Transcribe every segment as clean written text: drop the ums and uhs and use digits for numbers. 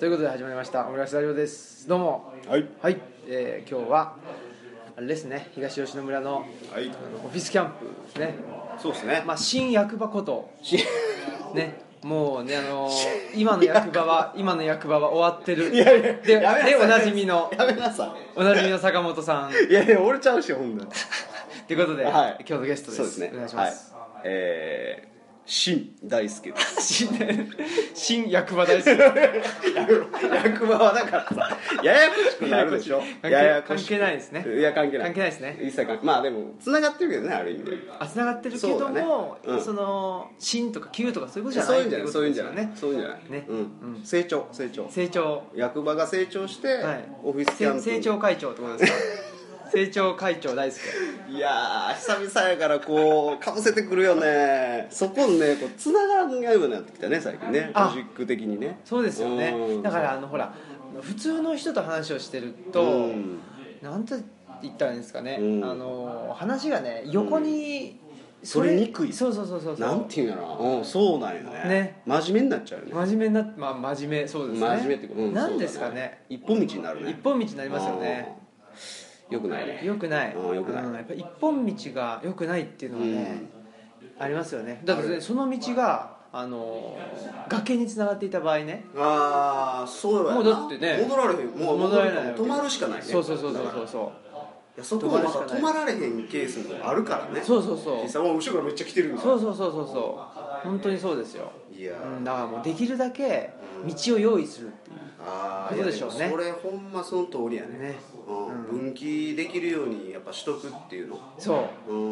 ということで始まりましたオムライスラジオです。どうも。 はい、 はい。今日はあれですね、東吉野村の、 はい、 オフィスキャンプですね。 そうですね。 新役場ことね、もうね今の役場は終わってる。 いやいやでおなじみのやめなさ坂本さん。 い。いやいや俺ちゃうしほんだ。 ということで、 はい、 今日のゲストです。 そうですね。 お願いします。 はい、新大輔です。 新役場大好き。 役場はだからさ、ややこしくなるでしょ。 関係ないですね。 いや関係ないですね。 一切関係。まあでも繋がってるけどね、ある意味で。 繋がってるけども、 ね、 その新とか旧とかそういうことじゃないっていうことですよね。 そういうんじゃないね。成長。役場が成長して、はい、オフィスキャンプ。 成長会長ってことですか。成長会長大好き。 いやー久々やからこうかぶせてくるよね。そこにねこうつながらんようになってきたね最近ね、ロジック的にね。 そうですよね。だからほら普通の人と話をしてると、なんて言ったらいいんですかね、話がね横に取りにくい。 そうなんていうんやろ。そうなんよね。真面目になっちゃうよね。 真面目にな真面目、そうですね。 真面目ってこと。 なんですかね。 一本道になるね。 一本道になりますよね。 よくないね。 よくない。やっぱ一本道がよくないっていうのはね、ありますよね。だってその道が崖に繋がっていた場合ね。 ああそうやな。 もうだってね戻られへん。もう戻られない。 止まるしかないね。 そういやそこまた止まられへんケースもあるからね。 そう実際もう後ろからめっちゃ来てるんだ。 そう本当にそうですよ。 いやだからもうできるだけ道を用意するっていうことでしょうね。 それほんまその通りやね。分岐できるようにやっぱしとくっていうの。 そう、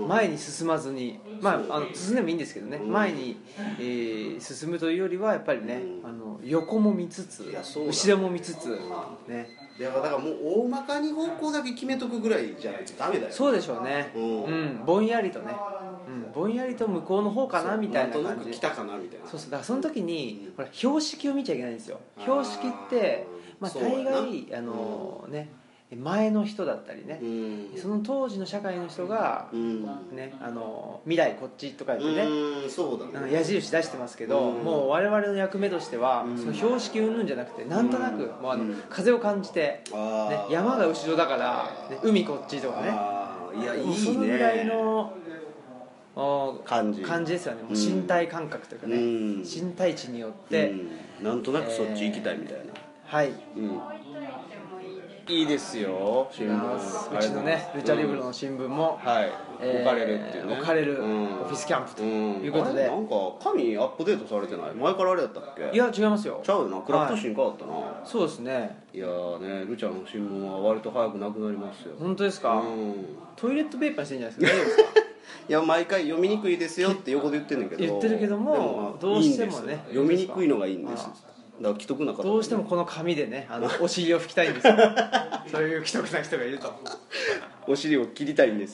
前に進まずに、進んでもいいんですけどね、前に、進むというよりはやっぱりね、横も見つつ後ろも見つつね。 だからもう大まかに方向だけ決めとくぐらいじゃないとダメだよ。 そうでしょうね。ぼんやりとね、ぼんやりと向こうの方かなみたいな感じ。 来たかなみたいな。 そうだからその時にほら標識を見ちゃいけないんですよ。標識って大概前の人だったりね、その当時の社会の人が、ね、未来こっちとか言ってね、 そうだね、 矢印出してますけど、もう我々の役目としては、その標識云々じゃなくてなんとなく、もう風を感じて、ね、山が後ろだから、ね、海こっちとかね、 いやいいね、 そのぐらいの感じですよね。もう身体感覚というかね、身体値によって、 なんとなくそっち行きたいみたいな。 はい、 いいですよ新聞。 うちのねルチャリブロの新聞も、 置かれるっていうね、 置かれるオフィスキャンプということで、 なんか紙アップデートされてない？前からあれだったっけ？ いや違いますよ。 ちゃうよな、クラフト紙変わったな。 そうですね。 いやね、ルチャの新聞は割と早くなくなりますよ。 本当ですか？トイレットペーパーにしてんじゃないですか？大丈夫ですか？ いや毎回読みにくいですよって横で言ってるんだけど、 言ってるけどもどうしてもね読みにくいのがいいんです。だから既得な方、 どうしてもこの紙でねお尻を拭きたいんですよ。そういう既得な人がいるとお尻を切りたいんです。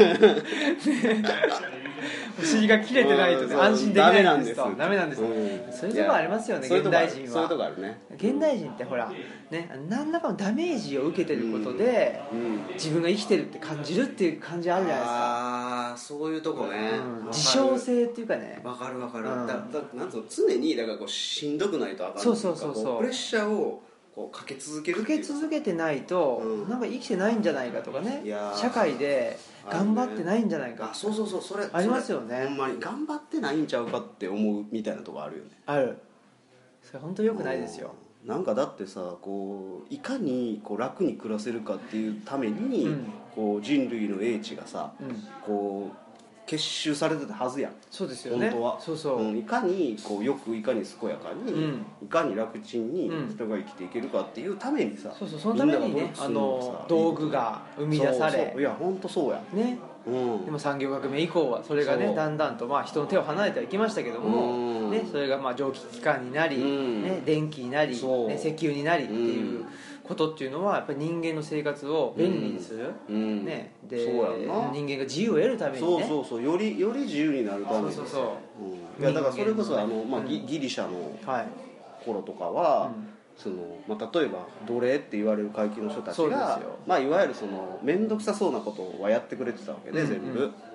お尻が切れてないと、ね、安心できないんですと。ダメなんです。そういうとこありますよね、現代人は。 そういうとこあるね。 現代人ってほらね、何らかのダメージを受けてることで、自分が生きてるって感じるっていう感じあるじゃないですか。 ああそういうとこね、 自傷性っていうかね。 わかる、なんつうの、常にだからこうしんどくないとあかん。そうプレッシャーをこうかけ続けるっていう、 かけ続けてないと、なんか生きてないんじゃないかとかね、社会で頑張ってないんじゃないか、 そうそれありますよね。 ほんまに頑張ってないんちゃうかって思うみたいなとこあるよね。 ある。それ本当に良くないですよ。 なんかだってさ、こういかにこう楽に暮らせるかっていうために、こう人類の英知がさ、こう結集されてたはずやん。 そうですよね。 本当はそう、いかにこうよく、いかに健やかに、いかに楽ちんに人が生きていけるかっていうためにさ、 そのためにね、道具が生み出され、 いや本当そうやね。でも産業革命以降はそれがねだんだんと人の手を離れてはいきましたけども、ね、それが蒸気機関になり、ね、電気になり、ね、石油になりっていうことっていうのはやっぱり人間の生活を便利にする、ね、で人間が自由を得るためにね、 そうより自由になるために、いやだからそれこそギリシャの頃とかは、例えば奴隷って言われる階級の人たちが、いわゆるその面倒くさそうなことはやってくれてたわけで、全部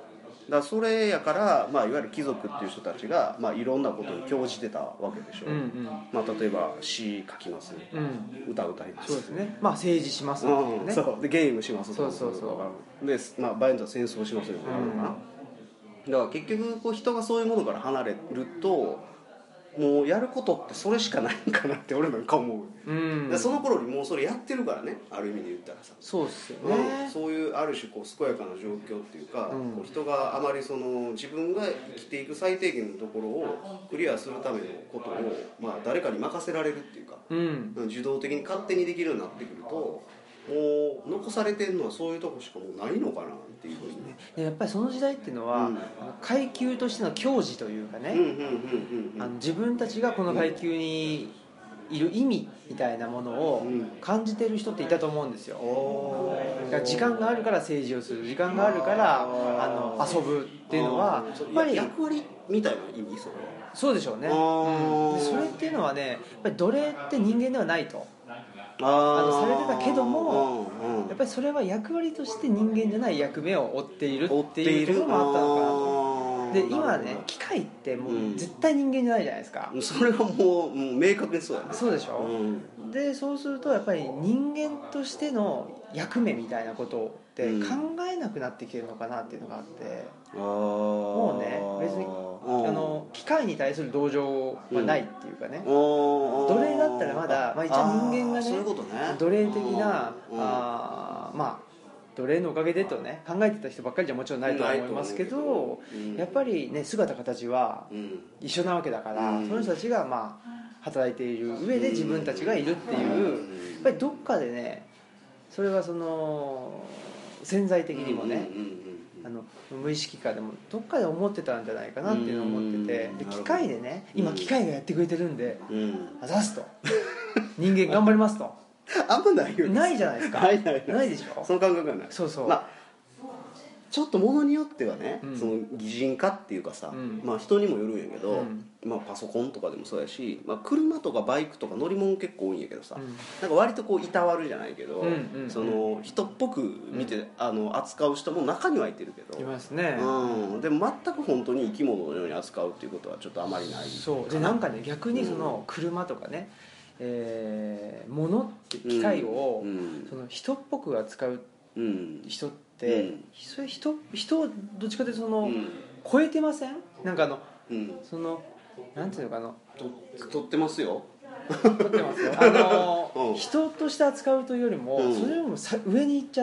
だそれやから、いわゆる貴族っていう人たちが、いろんなことに興じてたわけでしょ、例えば詩書きます、歌歌います、 そうですね、政治しますっていうね、 そうでゲームしますとか、で、場合によっては戦争しますよね、だから結局こう人がそういうものから離れるともうやることってそれしかないんかなって俺なんか思う、その頃にもうそれやってるからね、ある意味で言ったらさ、 そうですよね、 そういうある種こう健やかな状況っていうか、こう人があまりその自分が生きていく最低限のところをクリアするためのことを、誰かに任せられるっていうか、受動的に勝手にできるようになってくるともう残されてるのはそういうとこしかもうないのかなっていうふうにね。 やっぱりその時代っていうのは、階級としての矜持というかね、自分たちがこの階級にいる意味みたいなものを感じてる人っていたと思うんですよ。だから時間があるから政治をする、時間があるから遊ぶっていうのはやっぱり役割みたいな意味、 そうでしょうね、でそれっていうのはね、やっぱり奴隷って人間ではないとされてたけども、やっぱりそれは役割として人間じゃない役目を負っているっていうところもあったのかなと。で今ね、機械ってもう絶対人間じゃないじゃないですか、 それはもう明確にそうやね。 そうでしょ、でそうするとやっぱり人間としての役目みたいなことって考えなくなってきてるのかなっていうのがあって、もうね別に機械に対する同情はないっていうかね、奴隷だったらまだ、一応人間がね、奴隷的な奴隷のおかげでとね考えてた人ばっかりじゃもちろんないとは思いますけど、やっぱりね姿形は一緒なわけだから、その人たちが働いている上で自分たちがいるっていう、やっぱりどっかでねそれはその潜在的にもね、無意識化でもどっかで思ってたんじゃないかなっていうのを思ってて、で機械でね今機械がやってくれてるんで、あざすと人間頑張りますとあんまないよね。 ないじゃないですか。ないでしょ。 その感覚がない。 そうそう。 ちょっと物によってはね、その擬人化っていうかさ、人にもよるんやけど、パソコンとかでもそうやし、車とかバイクとか乗り物結構多いんやけどさ、なんか割とこういたわるじゃないけど、その人っぽく見て、扱う人も中にはいてるけど、 いますね。 でも全く本当に生き物のように扱うっていうことはちょっとあまりない。 そうでなんかね逆にその車とかね、物って機械を、その人っぽく扱う人って、それ人をどっちかというとその、超えてません？なんかそのなんていうのかな、 撮ってますよ。 撮ってますよ。人として扱うというよりも、それよりも上に行っちゃって、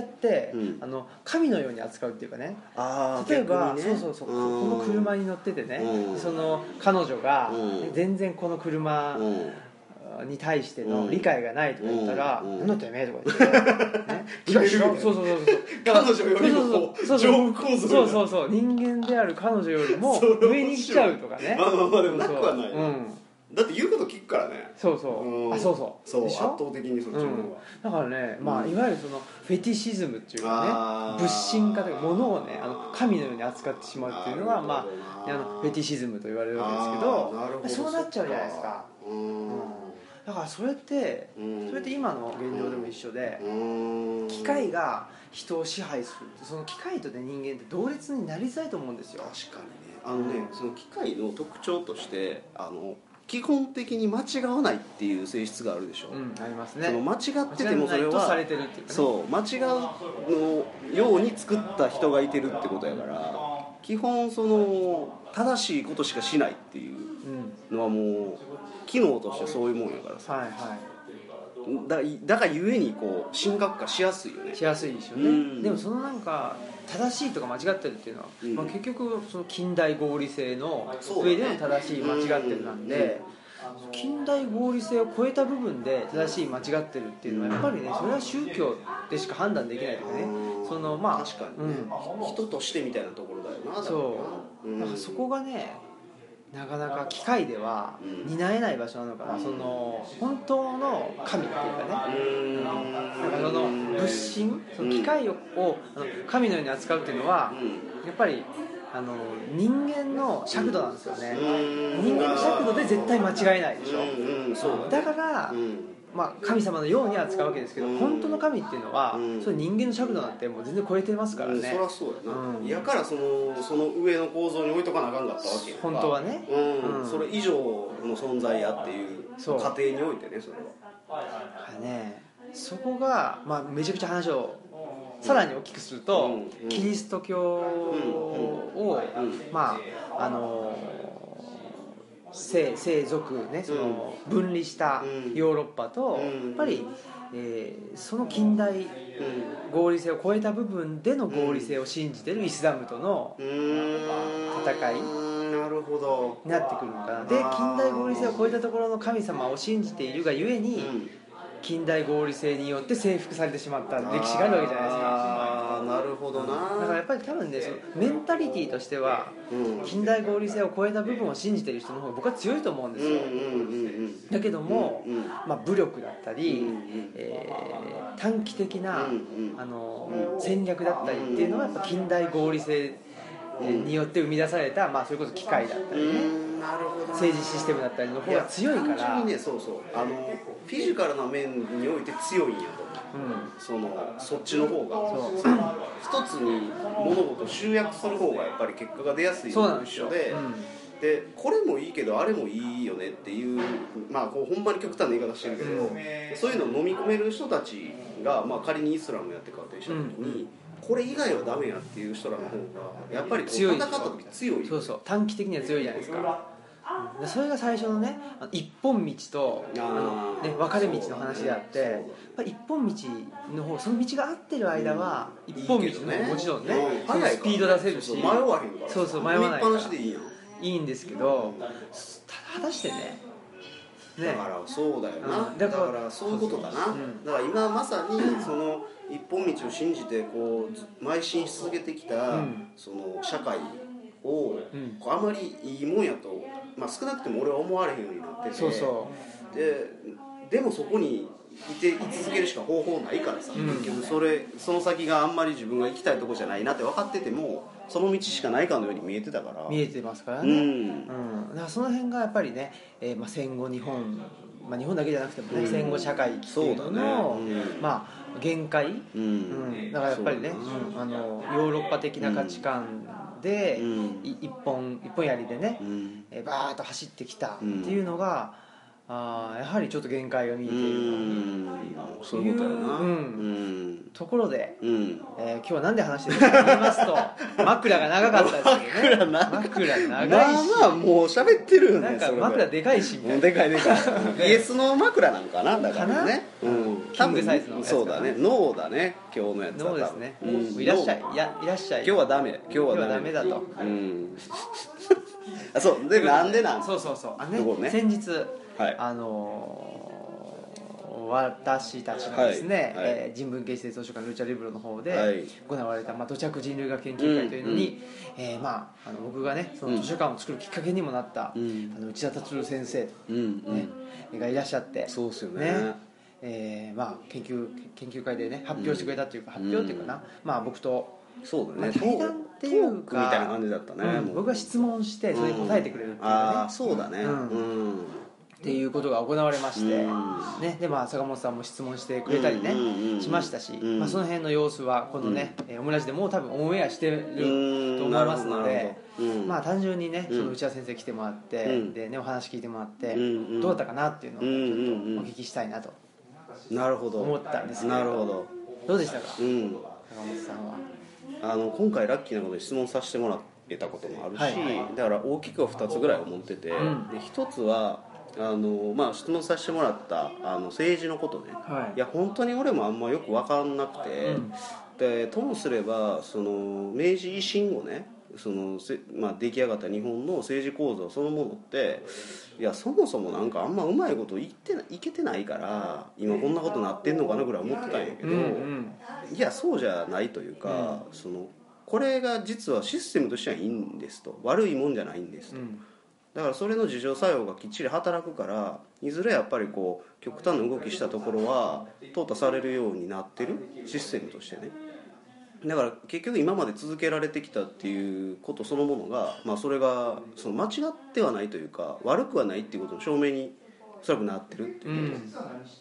神のように扱うっていうかね。例えば、そうこの車に乗っててね、その彼女が、全然この車に対しての理解がないとか言ったら「何だってめえ」とか言ってねそう彼女よりも上空そう人間である彼女よりも上に来ちゃうとかね。 でもなくはないだって言うこと聞くからね。 そう圧倒的にそっちの方がだからね、いわゆるそのフェティシズムっていうかね、仏神化というか物をね神のように扱ってしまうっていうのがフェティシズムと言われるわけですけど、そうなっちゃうじゃないですか。だからそれって今の現状でも一緒で、機械が人を支配する、その機械とね人間って同列になりづらいと思うんですよ。 確かにね、その機械の特徴として基本的に間違わないっていう性質があるでしょ。 ありますね。 その間違っててもそれはそう間違うのように作った人がいてるってことやから、基本その正しいことしかしないっていうのはもう機能としてそういうもんやからさ、だからゆえにこう神格化しやすいよね。 しやすいですよね。でもそのなんか正しいとか間違ってるっていうのは、結局その近代合理性の上での正しい間違ってるなんで、近代合理性を超えた部分で正しい間違ってるっていうのはやっぱりね、それは宗教でしか判断できないとかね、その確かにね、人としてみたいなところだよな。 だからそこがねなかなか機械では担えない場所なのかな、その本当の神っていうかね、なんかその仏神、その機械を神のように扱うっていうのはやっぱり人間の尺度なんですよね。人間の尺度で絶対間違えないでしょ。だから神様のように扱うわけですけど、本当の神っていうのは、それ人間の尺度なんてもう全然超えてますからね。 そりゃそうやな、やからその上の構造に置いとかなあかんかったわけやんか、 本当はね、 それ以上の存在やっていう過程においてね、それはね、そこが、めちゃくちゃ話をさらに大きくすると、キリスト教を、聖族ね、その分離したヨーロッパと、やっぱり、その近代合理性を超えた部分での合理性を信じているイスラムとの戦いになってくるのかな。で、近代合理性を超えたところの神様を信じているがゆえに、近代合理性によって征服されてしまった歴史があるわけじゃないですか。 なるほどな。 だからやっぱり多分ね、そのメンタリティとしては、近代合理性を超えた部分を信じている人の方が僕は強いと思うんですよ。だけども、武力だったり、短期的な戦略だったりっていうのはやっぱ近代合理性によって生み出された、それこそ機械だったりね、政治システムだったりの方が強いから、単純にね、 フィジカルな面において強いんやと思う、そっちの方が一つに物事を集約する方がやっぱり結果が出やすいのと一緒で、でこれもいいけどあれもいいよねっていう、こうほんまに極端な言い方してるけど、そういうのを飲み込める人たちが、仮にイスラムやって変わったりした時に、これ以外はダメやっていう人らの方がやっぱり戦った時強い。 そう短期的には強いじゃないですか。それが最初のね、一本道と分かれ道の話であって、やっぱり一本道の方、その道が合ってる間は一本道の方がもちろんね、そのスピード出せるし、 迷わへんから、 迷わないからいいんですけど、果たしてね、 だからそうだよな、だからそういうことだな、だから今まさにその一本道を信じてこう邁進し続けてきたその社会をあまりいいもんやと、少なくても俺は思われへんようになってて、でもそこに居続けるしか方法ないからさ、結局その先があんまり自分が行きたいとこじゃないなって分かってても、その道しかないかのように見えてたから、 見えてますからね、だからその辺がやっぱりね、戦後日本だけじゃなくてもね、戦後社会っていうのの、限界、だからやっぱりね、ヨーロッパ的な価値観で、一本槍でね、バーッと走ってきたっていうのが、やはりちょっと限界が見えているそういうことやな、 ところで、今日は何で話してるかと言いますと、枕が長かったですけどね。枕長いし、 もう喋ってるよね。 なんか枕でかいしみたいな。 でかいイエスの枕なんかな、だからね、 キングサイズのやつ。 そうだね、ノーだね、今日のやつは。 ノーですね。いらっしゃい。今日はダメ。今日はダメだと。 そうで、なんでなん。 そう先日、私たちのですね、人文系施設図書館ルチャリブロの方で行われた土着人類学研究会というのに、僕がね、その図書館を作るきっかけにもなった内田達郎先生がいらっしゃって、 そうですよね。 研究会でね、発表してくれたっていうか、発表っていうかな、僕とそうだね、 対談っていうかみたいな感じだったね。 僕が質問してそれに答えてくれるっていうかね、 そうだね、 っていうことが行われまして、で坂本さんも質問してくれたりね、しましたし、その辺の様子はこのね、オムラジでもう多分オンエアしてると思いますので、単純にね、その内田先生来てもらって、でね、お話聞いてもらって、どうだったかなっていうのをちょっとお聞きしたいなと思ったんですけど、どうでしたか、坂本さんは。 今回ラッキーなことで質問させてもらえたこともあるし、だから大きくは2つぐらい思ってて、で1つは質問させてもらった政治のことね、いや本当に俺もあんまよく分かんなくて、でともすればその明治維新後ね、出来上がった日本の政治構造そのものって、いやそもそもなんかあんまうまいこといけてないから今こんなことなってんのかなぐらい思ってたんやけど、いやそうじゃないというか、これが実はシステムとしてはいいんですと、悪いもんじゃないんですと、だからそれの自浄作用がきっちり働くから、いずれやっぱりこう極端な動きしたところは淘汰されるようになってるシステムとしてね。だから結局今まで続けられてきたっていうことそのものが、それが間違ってはないというか悪くはないっていうことの証明にそらくなってるっていうこと、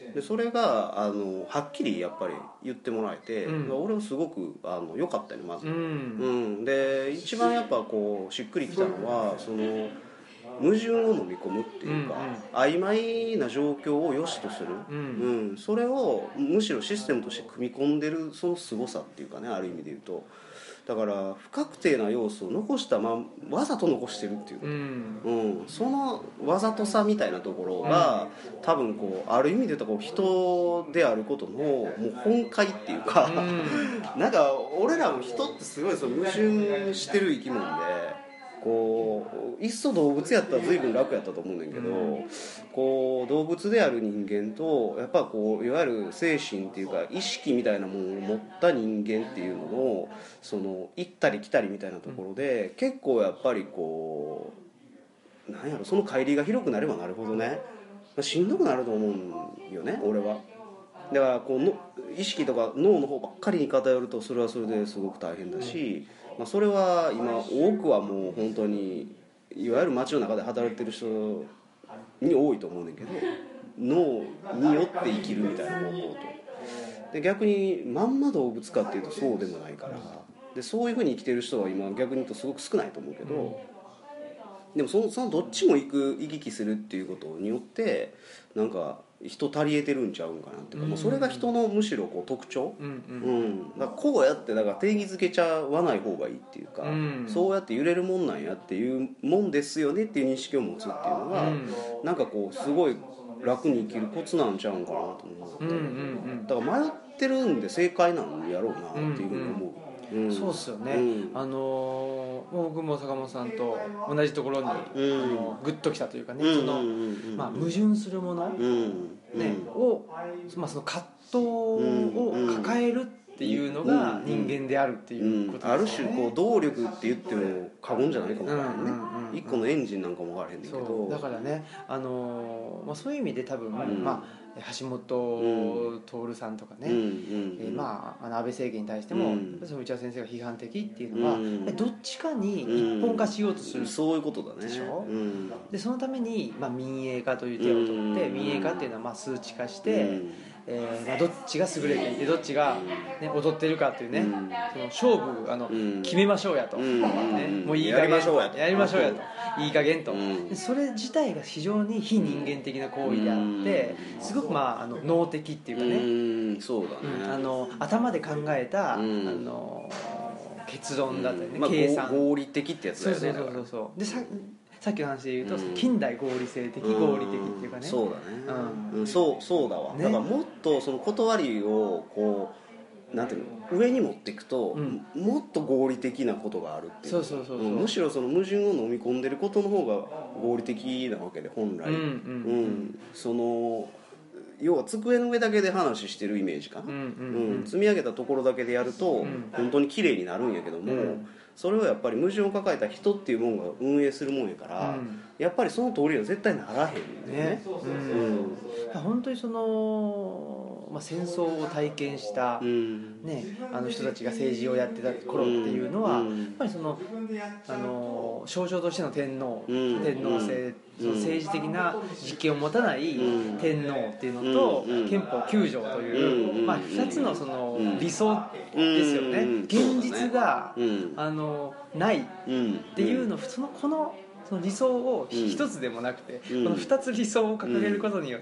でそれがはっきりやっぱり言ってもらえて、俺はすごく良かったよねまず、で一番やっぱこうしっくりきたのはその矛盾を飲み込むっていうか、曖昧な状況を良しとする、それをむしろシステムとして組み込んでるその凄さっていうかね、ある意味で言うとだから不確定な要素を残したわざと残してるっていう、そのわざとさみたいなところが、多分こうある意味で言うとこう人であることのもう本懐っていうか、なんか俺らも人ってすごいその矛盾してる生き物で、こういっそ動物やったら随分楽やったと思うんだけど、こう動物である人間とやっぱこういわゆる精神っていうか意識みたいなものを持った人間っていうののその行ったり来たりみたいなところで、結構やっぱりこうなんやろ、その乖離が広くなればなるほどねしんどくなると思うんよね俺は。だからこうの意識とか脳の方ばっかりに偏るとそれはそれですごく大変だし、それは今多くはもう本当にいわゆる街の中で働いてる人に多いと思うんだけど、脳によって生きるみたいな方向とで、逆にまんま動物かっていうとそうでもないから、でそういう風に生きてる人は今逆に言うとすごく少ないと思うけど、でもそのどっちも行き来するっていうことによってなんか人足りえてるんちゃうんかなっていうか、それが人のむしろこう特徴、だからこうやってだから定義づけちゃわない方がいいっていうか、そうやって揺れるもんなんやっていうもんですよねっていう認識を持つっていうのが、なんかこうすごい楽に生きるコツなんちゃうんかなと思う、だから迷ってるんで正解なんやろうなっていうふうに思う。 そうっすよね、僕も坂本さんと同じところに、グッときたというかね、その、矛盾するもの、を、その葛藤を抱えるっていうのが人間であるっていうことですね、 ある種こう動力って言っても過言じゃないかもわからへんね、一個のエンジンなんかもわからへんねんけど、 だからね、そういう意味で多分、橋本徹さんとかね、安倍政権に対しても、その内田先生が批判的っていうのは、どっちかに一本化しようとする、 そういうことだねでしょ、でそのために、民営化という手を取って、民営化っていうのは数値化して、どっちが優れていてどっちが、劣っているかっていうね、その勝負決めましょうやと、もういい加減やりましょうやと、いい加減と、それ自体が非常に非人間的な行為であって、すごく脳的っていうかね、 そうだね、 頭で考えた、結論だったりね、計算合理的ってやつだよね。 そうでさっきの話で言うと、近代合理性的、合理的っていうかね、 そうだね、そうだわ、だからもっとその断りをこうなんていうの上に持っていくと、もっと合理的なことがあるっていう、むしろその矛盾を飲み込んでることの方が合理的なわけで本来、その要は机の上だけで話してるイメージかな、積み上げたところだけでやると、本当に綺麗になるんやけども、それをやっぱり矛盾を抱えた人っていうもんが運営するもんやから、やっぱりその通りは絶対ならへんね。 本当にその、戦争を体験した、人たちが政治をやってた頃っていうのは、やっぱりその象徴としての天皇制、その政治的な実権を持たない天皇っていうのと、憲法9条という、2つのその理想ですよね、現実がないっていうの、その理想を一つでもなくて、この2つ理想を掲げることによって、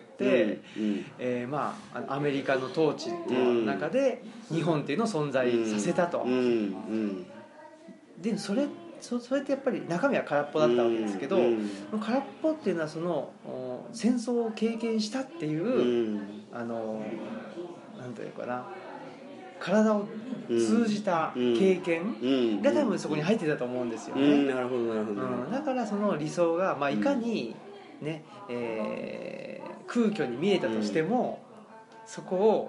アメリカの統治っていう中で日本っていうのを存在させたと、でそれってやっぱり中身は空っぽだったわけですけど、空っぽっていうのはその戦争を経験したっていう、なんというかな、体を通じた経験が多分そこに入ってたと思うんですよね。 なるほどなるほど、 だからその理想が、いかにね、空虚に見えたとしても、そこを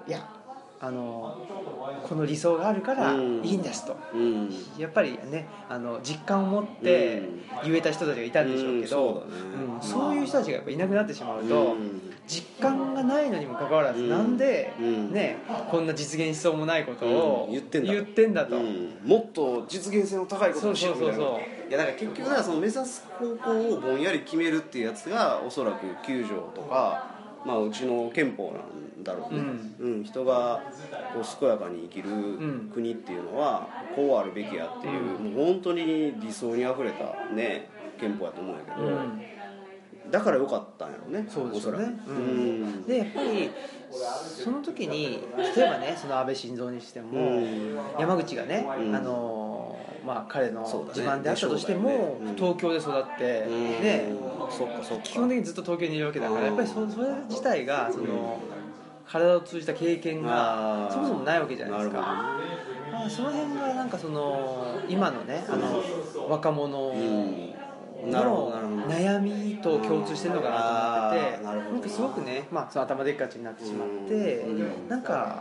この理想があるからいいんですと、やっぱりね実感を持って言えた人たちがいたんでしょうけど、そういう人たちがやっぱいなくなってしまうと、実感がないのにもかかわらずなんで、ね、こんな実現しそうもないことを言ってんだと、 もっと実現性の高いことをしようみたいな。いやだから結局その目指す方向をぼんやり決めるっていうやつがおそらく9条とか、うちの憲法なんだろうね、人がこう健やかに生きる国っていうのはこうあるべきやっていう、もう本当に理想にあふれたね憲法やと思うんやけど、だから良かったんやろね。 そうですよね。でやっぱりその時に例えばね、その安倍晋三にしても、山口がね、彼の地盤であったとしても、東京で育って、基本的にずっと東京にいるわけだから、やっぱりそれ自体がその体を通じた経験がそもそもないわけじゃないですか。その辺がなんかその今のね、若者の悩みと共通してるのかなと思ってて、なんかすごくね、その頭でっかちになってしまって、なんか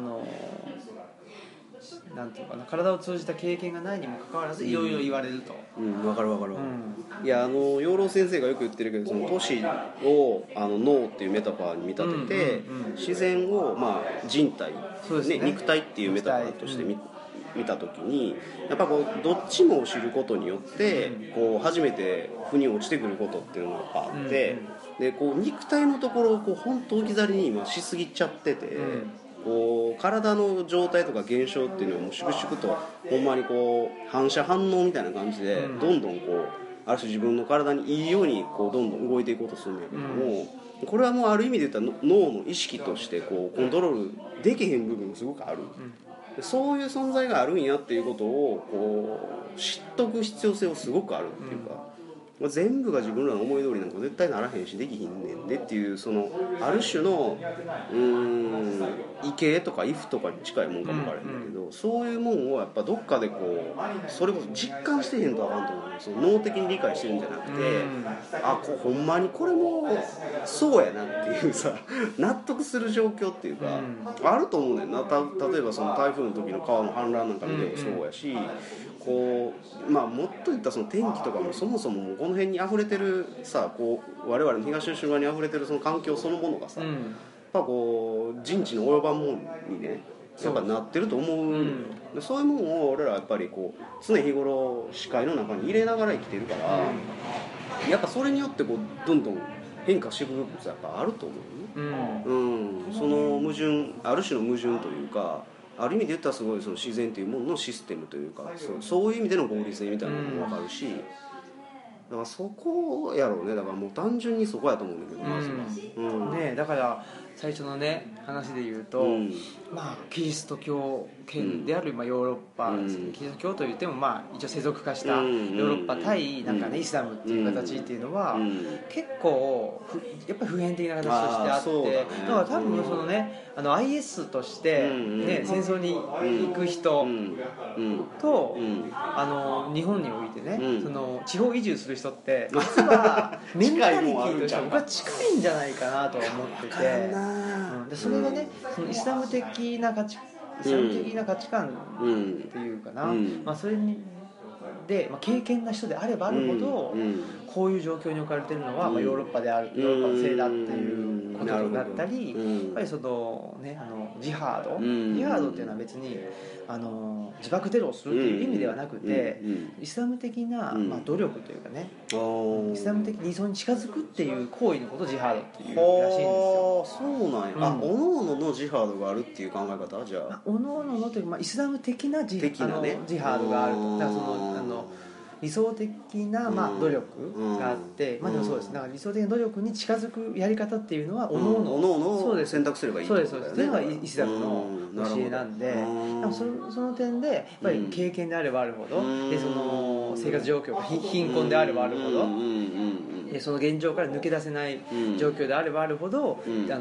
なんていうかな、体を通じた経験がないにもかかわらずいろいろ言われると。 分かる分かる、いや養老先生がよく言ってるけど、その都市を脳っていうメタファーに見立てて、自然を人体、肉体っていうメタファーとして見た時に、やっぱこうどっちもを知ることによってこう初めて腑に落ちてくることっていうのがあって、でこう肉体のところをこう本当置き去りに今しすぎちゃってて、こう体の状態とか現象っていうのはもう粛々とほんまにこう反射反応みたいな感じでどんどんこうある種自分の体にいいようにこうどんどん動いていこうとするんだけども、これはもうある意味で言ったら脳の意識としてこうコントロールできへん部分がすごくある、そういう存在があるんやっていうことをこう知っとく必要性はすごくあるっていうか、全部が自分らの思い通りなんか絶対ならへんしできひんねんでっていう、そのある種の畏敬とか畏怖とかに近いもんかもわからへんだけど、そういうもんをやっぱどっかでこうそれこそ実感してへんとあかんと思う。その脳的に理解してるんじゃなくて、ほんまにこれもそうやなっていうさ納得する状況っていうか、あると思うねんな。例えばその台風の時の川の氾濫なんかでもそうやし、こうもっと言ったらその天気とかもそもそももうこの辺に溢れてるさ、こう我々の東吉野に溢れてるその環境そのものがさ、やっぱこう人知の及ばんもんにねやっぱなってると思う、そういうもんを俺らやっぱりこう常日頃視界の中に入れながら生きてるから、やっぱそれによってこうどんどん変化していく部分ってやっぱあると思う、その矛盾、ある種の矛盾というか、ある意味で言ったらすごいその自然というもののシステムというか、そういう意味での合理性みたいなのも分かるし、だからそこやろうね。だからもう単純にそこやと思うんだけど、まずは、 ね、だから最初のね話で言うと、キリスト教圏である、ヨーロッパですね、キリスト教といっても一応世俗化したヨーロッパ対なんかね、イスラムっていう形っていうのは、結構やっぱり普遍的な形としてあって、だから多分そのねIS としてね、戦争に行く人と日本においてね、その地方移住する人って実はメンタリティーとして僕は近いんじゃないかなと思ってて、でそれがね、そのイスラム的な価値観っていうかな、それにで、経験な人であればあるほど、こういう状況に置かれているのは、ヨーロッパである、ヨーロッパのせいだっていうことだったり、やっぱりそのね、ジハードっていうのは別に自爆テロをするという意味ではなくて、イスラム的な、努力というかね、イスラム的理想に近づくっていう行為のことをジハードっていうらしいんですよ。 そうなんや、おのおののジハードがあるっていう考え方じゃあ、 おのおののというか、イスラム的なジハードがあると。だからその理想的な努力があって、でもそうです。だから理想的な努力に近づくやり方っていうのはおのおの選択すればいいってことだよね。そういうのがイスラムの教えなんで、その点でやっぱり経験であればあるほど、でその生活状況が貧困であればあるほど、でその現状から抜け出せない状況であればあるほど、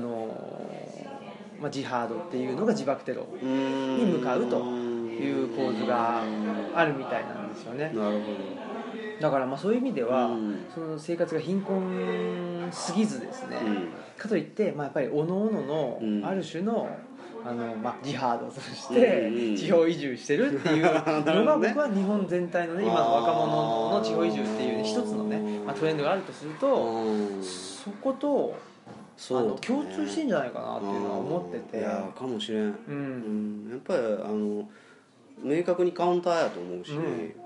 ジハードっていうのが自爆テロに向かうという構図があるみたいなんですよね。 なるほど。 だからそういう意味では、その生活が貧困すぎずですね、かといってやっぱり各々のある種のジハードとして地方移住してるっていうのが僕は日本全体のね、今の若者の地方移住っていう一つのね、トレンドがあるとすると、そこと共通してんじゃないかなっていうのは思ってて。 いやかもしれん、やっぱり明確にカウンターやと思うし、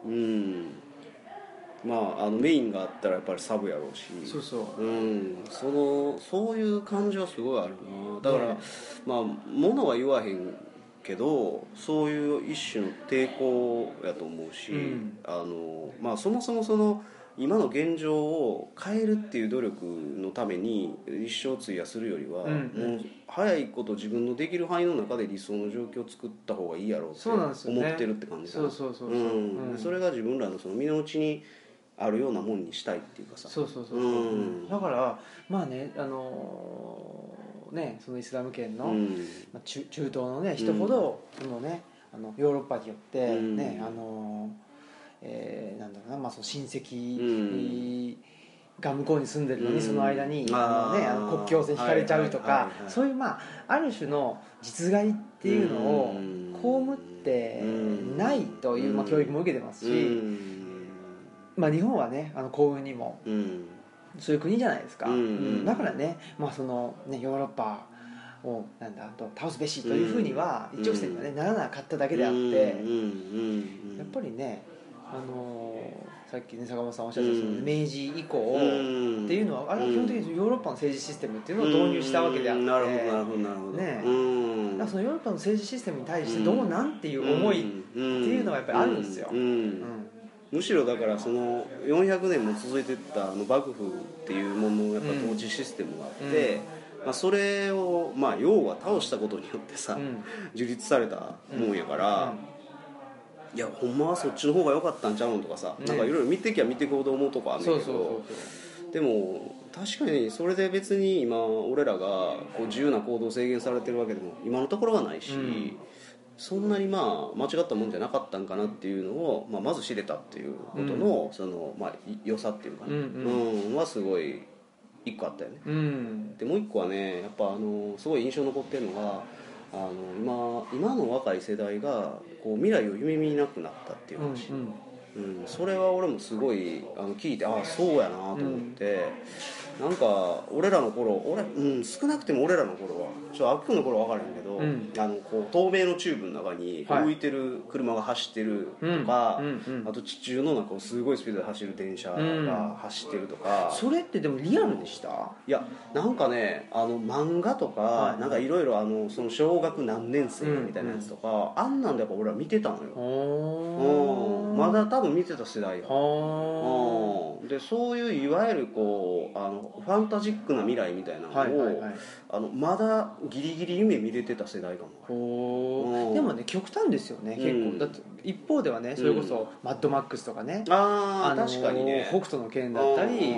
まあ、メインがあったらやっぱりサブやろうし、 そうそう、 そういう感じはすごいあるな。だから、まあ物は言わへんけどそういう一種の抵抗やと思うし、まあ、そもそも今の現状を変えるっていう努力のために一生費やするよりは、もう早いこと自分のできる範囲の中で理想の状況を作った方がいいやろうって思ってるって感じだな。それが自分らのその身の内にあるようなもんにしたいっていうかさ。 だからまあねそのイスラム圏の、中東のね人ほど、ヨーロッパによってね、なんだろうな、その親戚が向こうに住んでるのに、その間に国境線引かれちゃうとか、そういうある種の実害っていうのを被ってないという教育も受けてますし、日本はね幸運にもそういう国じゃないですか。だからね、そのねヨーロッパを倒すべしというふうには一直線にはならなかっただけであって、やっぱりねさっきね坂本さんおっしゃったその明治以降っていうのはあれは基本的にヨーロッパの政治システムっていうのを導入したわけであって、 なるほどね、そのヨーロッパの政治システムに対してどうなんっていう思いっていうのはやっぱりあるんですよ。 むしろだからその400年も続いてった幕府っていうもののやっぱ統治システムがあって、それを要は倒したことによってさ、樹立されたもんやから、いやほんまはそっちの方が良かったんちゃうのとかさ、なんかいろいろ見てきゃ見ていくほど思うとこあんねんけど、でも確かにそれで別に今俺らがこう自由な行動を制限されてるわけでも今のところはないし、そんなに間違ったもんじゃなかったんかなっていうのを、まず知れたっていうことの、その良さっていうかね、はすごい一個あったよね。でもう一個はね、やっぱすごい印象に残ってるのが今の若い世代がこう未来を夢見なくなったっていう話、それは俺もすごい聞いてそうやなと思って、なんか俺らの頃少なくても俺らの頃はアックの頃は分からへんけど、こう透明のチューブの中に浮いてる車が走ってるとか、あと地中の中をすごいスピードで走る電車が走ってるとか、 それってでもリアルでした？ いやなんかね漫画とかなんかいろいろその小学何年生みたいなやつとか、あんなんでやっぱ俺は見てたのよ。まだ多分見てた世代や。でそういういわゆるこうファンタジックな未来みたいなのを、まだギリギリ夢見れてた世代かも。 でもね極端ですよね、結構。だって一方ではねそれこそマッドマックスとかね、 確かにね、 北斗の拳だったり、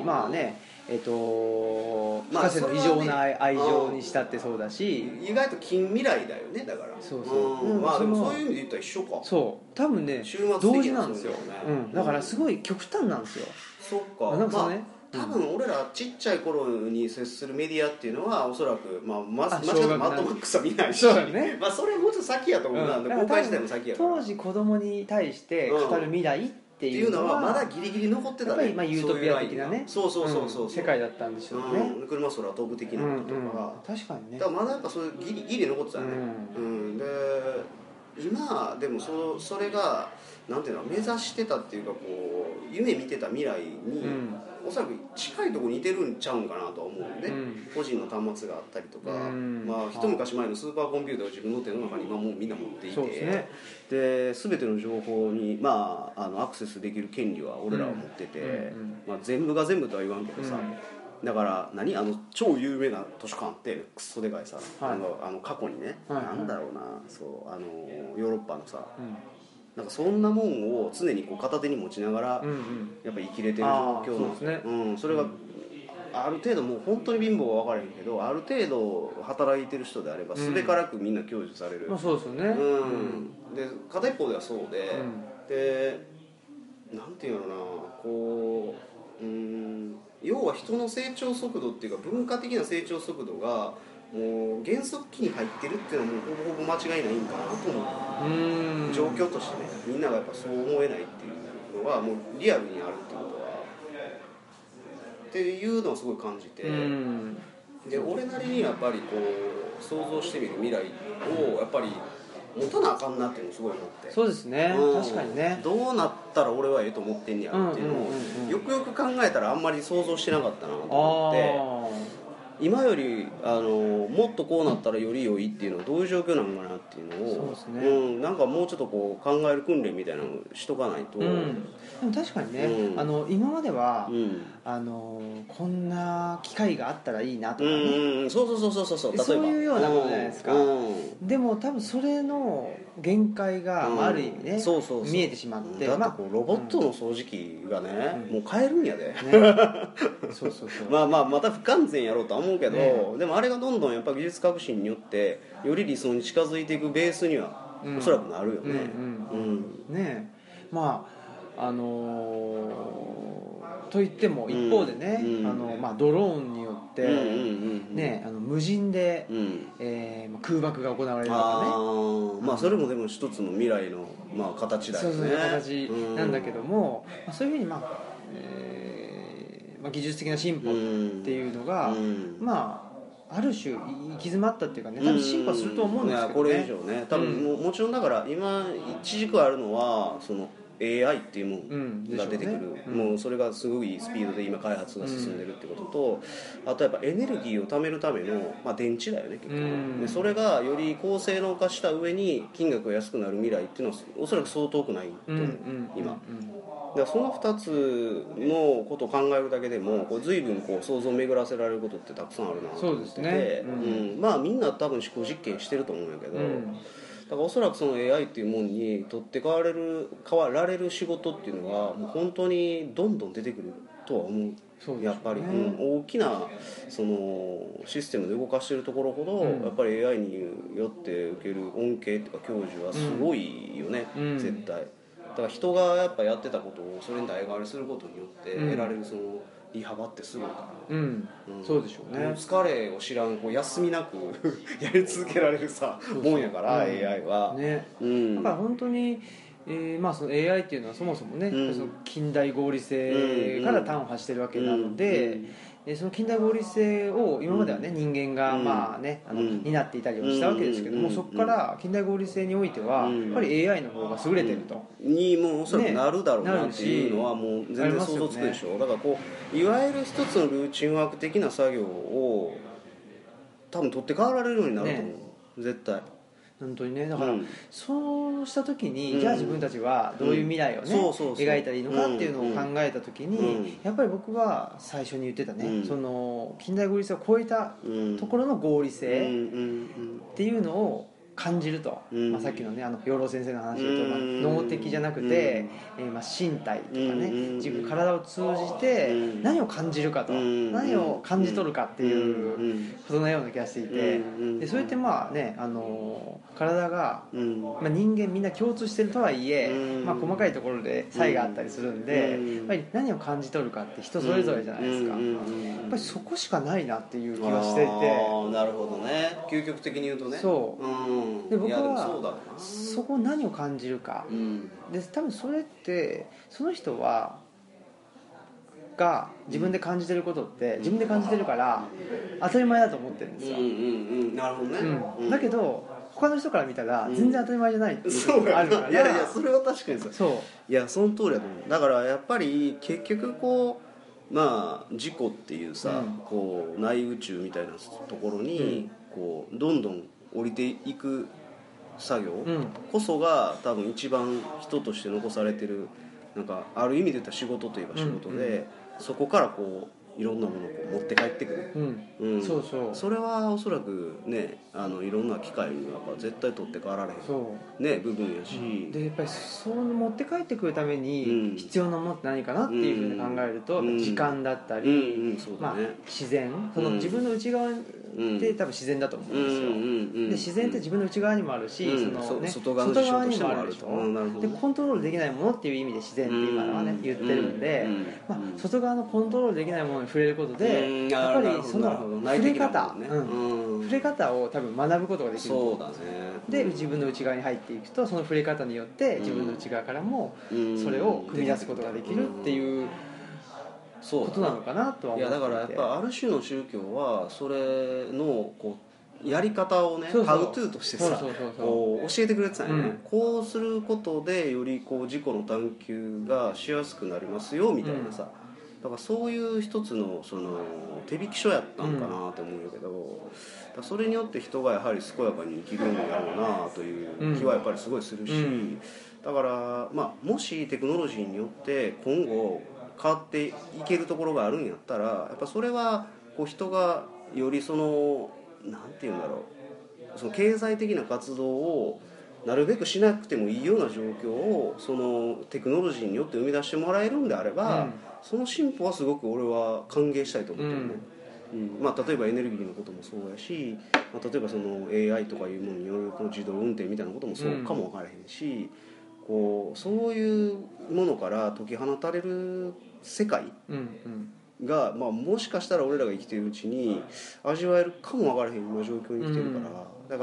博士の異常な愛情にしたってそうだし、 意外と近未来だよね。だからでもそういう意味で言ったら一緒か。 そう多分ね同時なんですよ。だからすごい極端なんですよ。 そっか。なんかね、多分俺らちっちゃい頃に接するメディアっていうのはおそらく間違ってマッドマックスは見ないし、それもうちょっと先やと思うな。公開時代も先やから当時子供に対して語る未来っていうのはまだギリギリ残ってたね。 やっぱりユートピア的なね、 そう世界だったんでしょうね。 車空飛ぶ的なこととか、 確かにね。 だからまだやっぱそういうギリ残ってたね。で今でもそれがなんていうの目指してたっていうか、こう夢見てた未来に、おそらく近いところに似てるんちゃうんかなとは思うんで、個人の端末があったりとか、一昔前のスーパーコンピューターを自分の手の中に今もうみんな持っていて、で全ての情報にアクセスできる権利は俺らは持ってて、全部が全部とは言わんけどさ、だから超有名な図書館ってクソでかいさ、過去にね、なんだろうな、ヨーロッパのさ、なんかそんなもんを常にこう片手に持ちながらやっぱ生きれてる状況なんですね。それがある程度もう本当に貧乏は分からへんけど、ある程度働いてる人であればすべからくみんな享受される。 そうですよね。 で片一方ではそうで、でなんていうのかな、こう要は人の成長速度っていうか文化的な成長速度がもう減速期に入ってるっていうのはもうほぼ間違いないんかなと思う。状況としてね、みんながやっぱそう思えないっていうのはもうリアルにあるっていうことはっていうのをすごい感じて、 で俺なりにやっぱりこう想像してみる未来をやっぱり持たなあかんなっていうのをすごい思って。 そうですね、確かにね。 どうなったら俺はええと思ってんやっていうのをよくよく考えたらあんまり想像してなかったなと思って、今よりもっとこうなったらより良いっていうのはどういう状況なのかなっていうのを、 そうですね、 なんかもうちょっとこう考える訓練みたいなのをしとかないと、 でも確かにね、今までは、こんな機会があったらいいなとかね、そういうようなことじゃないですか、でも多分それの限界が、ある意味ね、見えてしまって、 だってこうロボットの掃除機がね、もう買えるんやで、また不完全やろうとは思うけど、でもあれがどんどんやっぱ技術革新によってより理想に近づいていくベースにはおそらくなるよね。 といっても一方でね、ドローンによって、無人で、空爆が行われるとかね、 それもでも一つの未来の、形だよね。 そういう形なんだけども、そういうふうに、技術的な進歩っていうのが、ある種行き詰まったっていうかね、多分進歩すると思うんですけどね。 これ以上ね、多分もちろんだから今一軸あるのはそのAI っていうものが出てくる、もうそれがすごいスピードで今開発が進んでるってことと、あとやっぱエネルギーを貯めるための、電池だよね結局、でそれがより高性能化した上に金額が安くなる未来っていうのはおそらくそう遠くないと思う、今だからその2つのことを考えるだけでもこう随分こう想像を巡らせられることってたくさんあるなと思ってて、みんな多分思考実験してると思うんやけど、だからおそらくその AI っていうものに取って代わられる仕事っていうのはもう本当にどんどん出てくるとは思う。やっぱり、大きなそのシステムで動かしているところほど、やっぱり AI によって受ける恩恵っていうか享受はすごいよね、絶対。だから人がやっぱやってたことをそれに代替わりすることによって得られるその利幅ってすごいから、 そうでしょうね。 疲れを知らんこう休みなくやり続けられるさもんやから、AI はね、だから本当にその AI っていうのはそもそもね、その近代合理性から端を発してるわけなので、その近代合理性を今まではね、人間が担っていたりはしたわけですけども、そこから近代合理性においてはやっぱり AI の方が優れてると、 にもおそらくなるだろうなっていうのはもう全然想像つくでしょ。だからこういわゆる一つのルーチンワーク的な作業を多分取って代わられるようになると思う、絶対。 本当にね、だから、そうした時に、じゃあ自分たちはどういう未来をね、描いたらいいのかっていうのを考えた時に、やっぱり僕は最初に言ってたね、その近代合理性を超えたところの合理性っていうのを感じると、さっきのね養老先生の話だと、脳的じゃなくて、身体とかね、自分体を通じて何を感じるかと、何を感じ取るかっていうことのような気がしていて、でそれって体が、人間みんな共通してるとはいえ、細かいところで差異があったりするんで、やっぱり何を感じ取るかって人それぞれじゃないですか。やっぱりそこしかないなっていう気がしていて。 なるほどね、究極的に言うとね。 で僕はそこを何を感じるか、で多分それってその人が自分で感じてることって自分で感じてるから当たり前だと思ってるんですよ。 なるほどね、 だけど他の人から見たら全然当たり前じゃないっていうのがあるから、 いやそれは確かにいやその通りだと思う。だからやっぱり結局こう事故っていうさ、こう内宇宙みたいなところにこうどんどん降りていく作業こそが多分一番人として残されてる、なんかある意味で言ったら仕事といえば仕事で、そこからこういろんなものを持って帰ってくる、それはおそらくねいろんな機会には絶対取って代わられへん、ね、部分やし、 でやっぱりそう持って帰ってくるために必要なものって何かなっていうふうに考えると、時間だったり、自然、その自分の内側って多分自然だと思うんですよ。で自然って自分の内側にもあるし、外側にもあるでしょ。でコントロールできないものっていう意味で自然って今はね言ってるんで、外側のコントロールできないものに触れることで、やっぱりその触れ方を多分学ぶことができる。 そうだね。 で自分の内側に入っていくと、その触れ方によって自分の内側からもそれを組み出すことができるっていうことなのかなとは思っていて、 いやだからやっぱある種の宗教はそれのこうやり方をね、ハウトゥーとしてさ教えてくれてたんよね、こうすることでよりこう自己の探求がしやすくなりますよみたいなさ、だからそういう一つのその手引き書やったんかなと思うんやけど、それによって人がやはり健やかに生きるんだろうなという気はやっぱりすごいするし、だからまあもしテクノロジーによって今後変わっていけるところがあるんやったら、やっぱそれはこう人がよりそのなんていうんだろう、その経済的な活動をなるべくしなくてもいいような状況をそのテクノロジーによって生み出してもらえるんであれば、その進歩はすごく俺は歓迎したいと思ってるね、まあ、例えばエネルギーのこともそうやし、まあ、例えばその AI とかいうものによるこの自動運転みたいなこともそうかも分からへんし、こうそういうものから解き放たれる世界が、まあ、もしかしたら俺らが生きているうちに味わえるかも分からへん今状況に来てるから、だから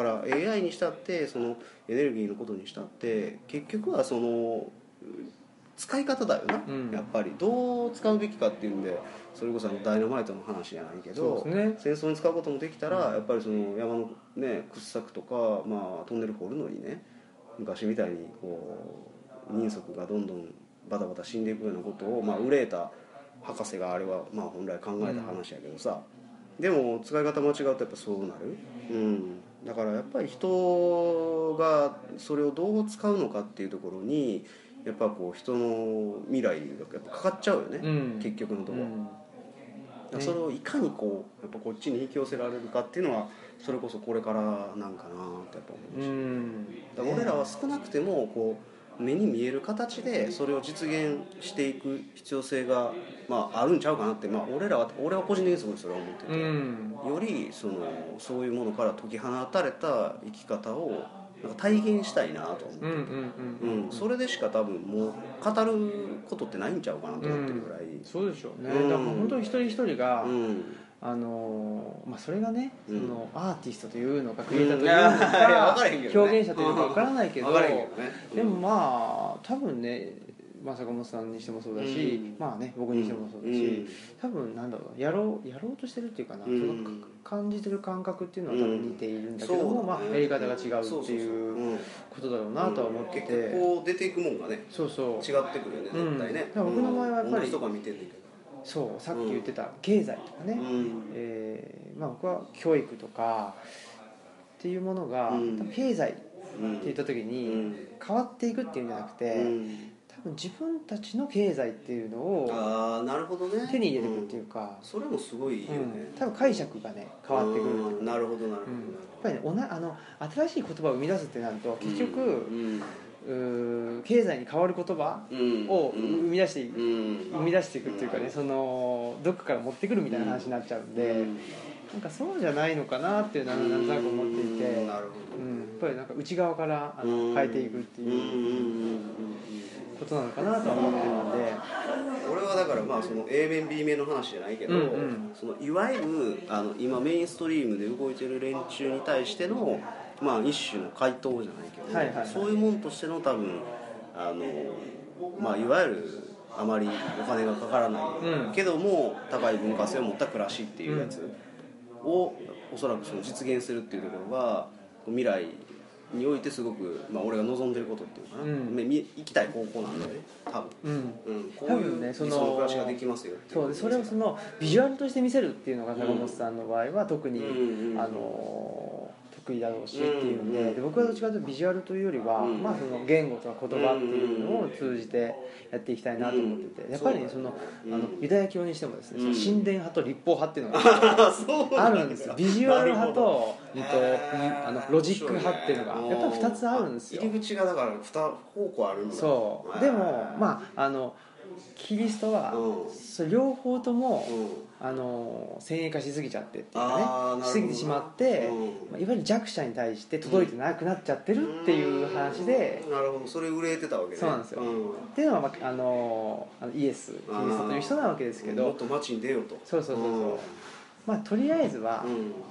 AI にしたってそのエネルギーのことにしたって結局はその使い方だよな、やっぱりどう使うべきかっていうんで、それこそダイナマイトの話じゃないけど、戦争に使うこともできたら、やっぱりその山の、ね、掘削とか、まあ、トンネル掘るのにね、昔みたいにこう人足がどんどんバタバタ死んでいくようなことを、まあ、憂えた博士があれは、まあ、本来考えた話やけどさ、でも使い方間違うとやっぱそうなる、だからやっぱり人がそれをどう使うのかっていうところにやっぱこう人の未来がやっぱかかっちゃうよね、結局のところ、それをいかにこうやっぱこっちに引き寄せられるかっていうのはそれこそこれからなんかなってやっぱ思うし、だから俺らは少なくてもこう目に見える形でそれを実現していく必要性が、まあ、あるんちゃうかなって、まあ、俺は個人的にすごいそれは思ってて、よりそういうものから解き放たれた生き方をなんか体現したいなと思って、それでしか多分もう語ることってないんちゃうかなと思ってるぐらい、 そうでしょうね、だから本当に一人一人が、まあ、それがね、そのアーティストというのかクリエイターというのか、表現者というのか分からないけど、でもまあ多分ね、坂本さんにしてもそうだし、まあね、僕にしてもそうだし、多分なんだろう、やろうとしてるっていうかな、その感じてる感覚っていうのは多分似ているんだけども、まあ、やり方が違うっていうことだろうなとは思ってて、 結局こう出ていくもんがね、違ってくるよね絶対ね、 僕の場合はやっぱり同じとか見てるんだけど、 そうさっき言ってた経済とかね、まあ、僕は教育とかっていうものが、経済って言った時に変わっていくっていうんじゃなくて、多分自分たちの経済っていうのを手に入れていくっていうか、 それもすごいいいよね、 多分解釈がね変わってくる、 なるほど、やっぱりね、新しい言葉を生み出すってなると結局、経済に変わる言葉を生み出していくっていうかね、そのどっかから持ってくるみたいな話になっちゃうんで、なんかそうじゃないのかなっていうのはなんとなく思っていて、やっぱりなんか内側から変えていくっていうことなのかなとは思ってるので、 俺はだからまあその A 面 B 面の話じゃないけど、そのいわゆる今メインストリームで動いてる連中に対してのまあ一種の回答じゃないけど、そういうもんとしての多分まあいわゆるあまりお金がかからない、けども高い文化性を持った暮らしっていうやつをおそらくその実現するっていうところが未来においてすごく、まあ、俺が望んでることっていうかな、行きたい方向なんだよね多分、こういう理想の暮らしができますよっていう、 それをそのビジュアルとして見せるっていうのが坂本さんの場合は特に、得意だろうしっていうんで、僕はどっちかというとビジュアルというよりは、まあ、その言語とか言葉っていうのを通じてやっていきたいなと思ってて、やっぱりね、ユダヤ教にしてもですね、その神殿派と立法派っていうのがあるんですよ。ビジュアル派とロジック派っていうのがやっぱり2つあるんですよ。 入り口がだから2方向あるんだ。 そうでもまあキリストはそれ両方とも先鋭化しすぎちゃってっていうかね、しすぎてしまって、いわゆる弱者に対して届いてなくなっちゃってるっていう話で、 なるほど、それ憂えてたわけね。 そうなんですよ、っていうのは、イエス・キリストという人なわけですけど、 もっと街に出ようと。 そう、まあとりあえずは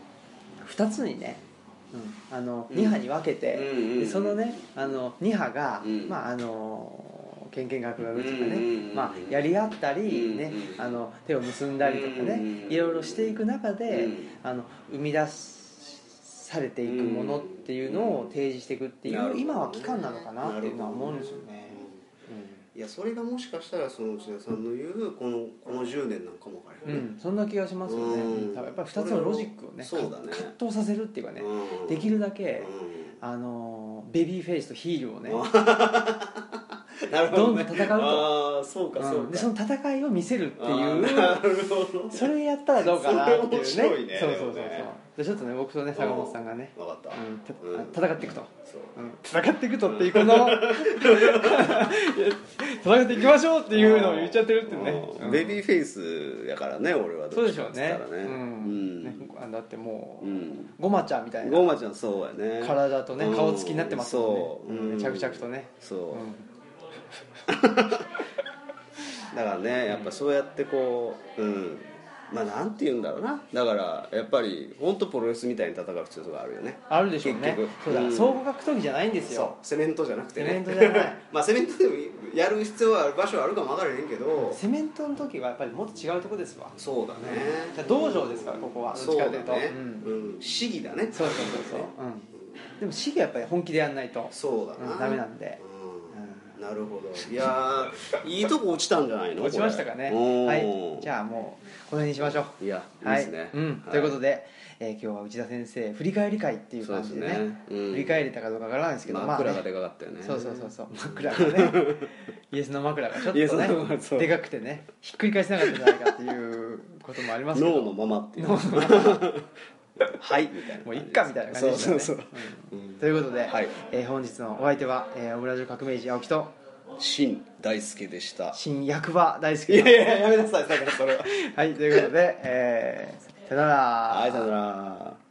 2つにね、2派に分けて、でそのね2派が、まあけんけんがくがくとかね、まあ、やり合ったり、ね、手を結んだりとかね、いろいろしていく中で、生み出されていくものっていうのを提示していくっていう、今は期間なのかなっていうのは思うんですよね。 いや、それがもしかしたらその内田さんの言うこの10年なんかも分かるよね、 そんな気がしますよね。やっぱり2つのロジックをね、葛藤させるっていうかね、できるだけベビーフェイスとヒールをねどんどん戦うと、 そうかそうか、 でその戦いを見せるっていう、それやったらどうかなっていうね。そうでちょっとね、僕とね坂本さんがね、 分かった、 戦っていくと、戦っていくとっていうこの戦っていきましょうっていうのを言っちゃってるってね、 ベビーフェイスやからね、俺は。 そうでしょうね。だってもうごまちゃんみたいな、 ごまちゃんそうやね、 体とね顔つきになってますもんね、着々とね。 だからね、やっぱそうやってこう、まあなんて言うんだろうな、だからやっぱり本当プロレスみたいに戦う必要があるよね。 あるでしょうね。そうだ、総合格闘技じゃないんですよ。 セメントじゃなくてね、 セメントじゃないまあセメントでもやる必要はある場所はあるかも分からへんけど、 セメントの時はやっぱりもっと違うとこですわ。 そうだね、 じゃ道場ですから、ここは。 そうだね、試技だね。 そうでも試技はやっぱり本気でやんないとそうだな、 ダメなんで。 なるほど。いやいいとこ落ちたんじゃないの。 落ちましたかね。はい、じゃあもうこの辺にしましょう。 いや、いいですね。 ということで、今日は内田先生振り返り会っていう感じでね、振り返れたかどうかわからないですけど、 枕がでかかったよね。 そう枕がね、イエスの枕がちょっとねでかくてね、ひっくり返せなかったんじゃないかっていうこともありますけど、 脳のままっていう、はいみたいな、 もういっかみたいな感じでしたね。ということで、本日のお相手はオムラジオ革命児青木と新大輔でした。 新役場大輔。 いややめなさい、それは。 はい、ということで、さよなら。 はい、さよなら。